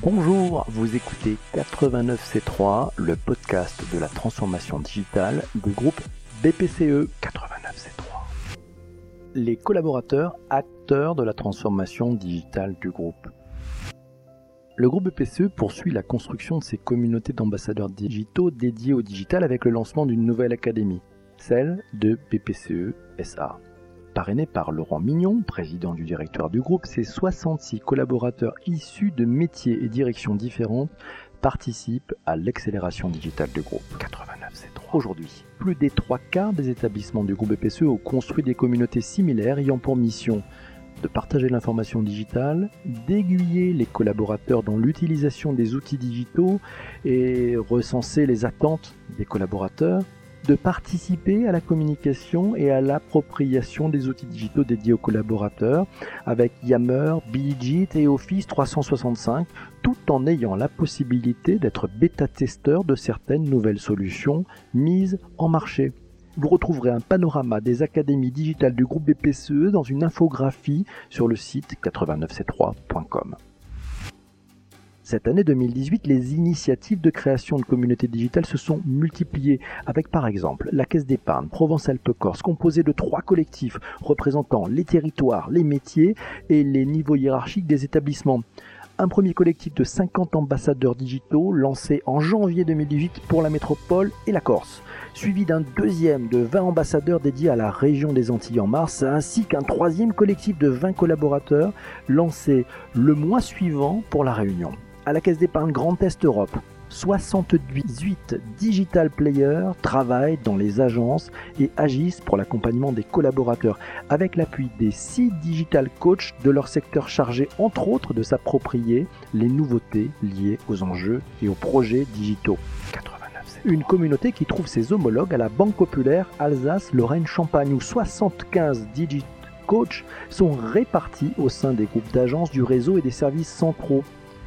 Bonjour, vous écoutez 89C3, le podcast de la transformation digitale du groupe BPCE 89C3. Les collaborateurs, acteurs de la transformation digitale du groupe. Le groupe BPCE poursuit la construction de ses communautés d'ambassadeurs digitaux dédiés au digital avec le lancement d'une nouvelle académie, celle de BPCE SA. Parrainé par Laurent Mignon, président du directoire du groupe, ces 66 collaborateurs issus de métiers et directions différentes participent à l'accélération digitale du groupe 89C3. Aujourd'hui, plus des 3/4 des établissements du groupe BPCE ont construit des communautés similaires ayant pour mission de partager l'information digitale, d'aiguiller les collaborateurs dans l'utilisation des outils digitaux et recenser les attentes des collaborateurs, de participer à la communication et à l'appropriation des outils digitaux dédiés aux collaborateurs avec Yammer, BeeJit et Office 365, tout en ayant la possibilité d'être bêta-testeur de certaines nouvelles solutions mises en marché. Vous retrouverez un panorama des académies digitales du groupe BPCE dans une infographie sur le site 89c3.com. Cette année 2018, les initiatives de création de communautés digitales se sont multipliées avec par exemple la Caisse d'épargne Provence-Alpes-Corse composée de 3 collectifs représentant les territoires, les métiers et les niveaux hiérarchiques des établissements. Un premier collectif de 50 ambassadeurs digitaux lancé en janvier 2018 pour la métropole et la Corse, suivi d'un deuxième de 20 ambassadeurs dédiés à la région des Antilles en mars, ainsi qu'un troisième collectif de 20 collaborateurs lancé le mois suivant pour la Réunion. À la Caisse d'épargne Grand Est Europe, 78 digital players travaillent dans les agences et agissent pour l'accompagnement des collaborateurs, avec l'appui des 6 digital coachs de leur secteur chargés entre autres de s'approprier les nouveautés liées aux enjeux et aux projets digitaux. 89. Une communauté qui trouve ses homologues à la Banque Populaire Alsace-Lorraine-Champagne où 75 digital coachs sont répartis au sein des groupes d'agences du réseau et des services centraux.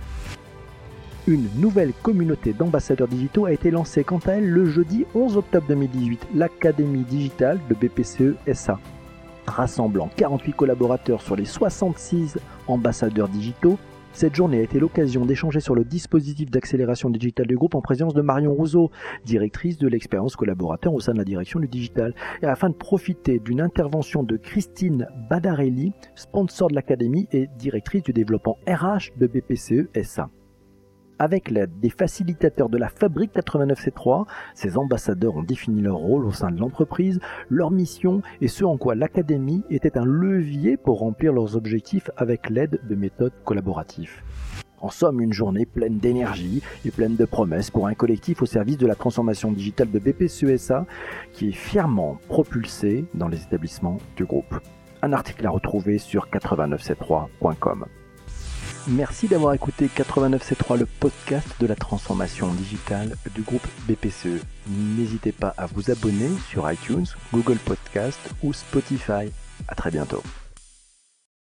Une nouvelle communauté d'ambassadeurs digitaux a été lancée quant à elle le jeudi 11 octobre 2018, l'Académie digitale de BPCE SA. Rassemblant 48 collaborateurs sur les 66 ambassadeurs digitaux, cette journée a été l'occasion d'échanger sur le dispositif d'accélération digitale du groupe en présence de Marion Rousseau, directrice de l'expérience collaborateur au sein de la direction du digital, et afin de profiter d'une intervention de Christine Badarelli, sponsor de l'Académie et directrice du développement RH de BPCE SA. Avec l'aide des facilitateurs de la Fabrique 89C3, ces ambassadeurs ont défini leur rôle au sein de l'entreprise, leur mission et ce en quoi l'Académie était un levier pour remplir leurs objectifs avec l'aide de méthodes collaboratives. En somme, une journée pleine d'énergie et pleine de promesses pour un collectif au service de la transformation digitale de BPCE SA qui est fièrement propulsé dans les établissements du groupe. Un article à retrouver sur 89c3.com. Merci d'avoir écouté 89C3, le podcast de la transformation digitale du groupe BPCE. N'hésitez pas à vous abonner sur iTunes, Google Podcast ou Spotify. À très bientôt.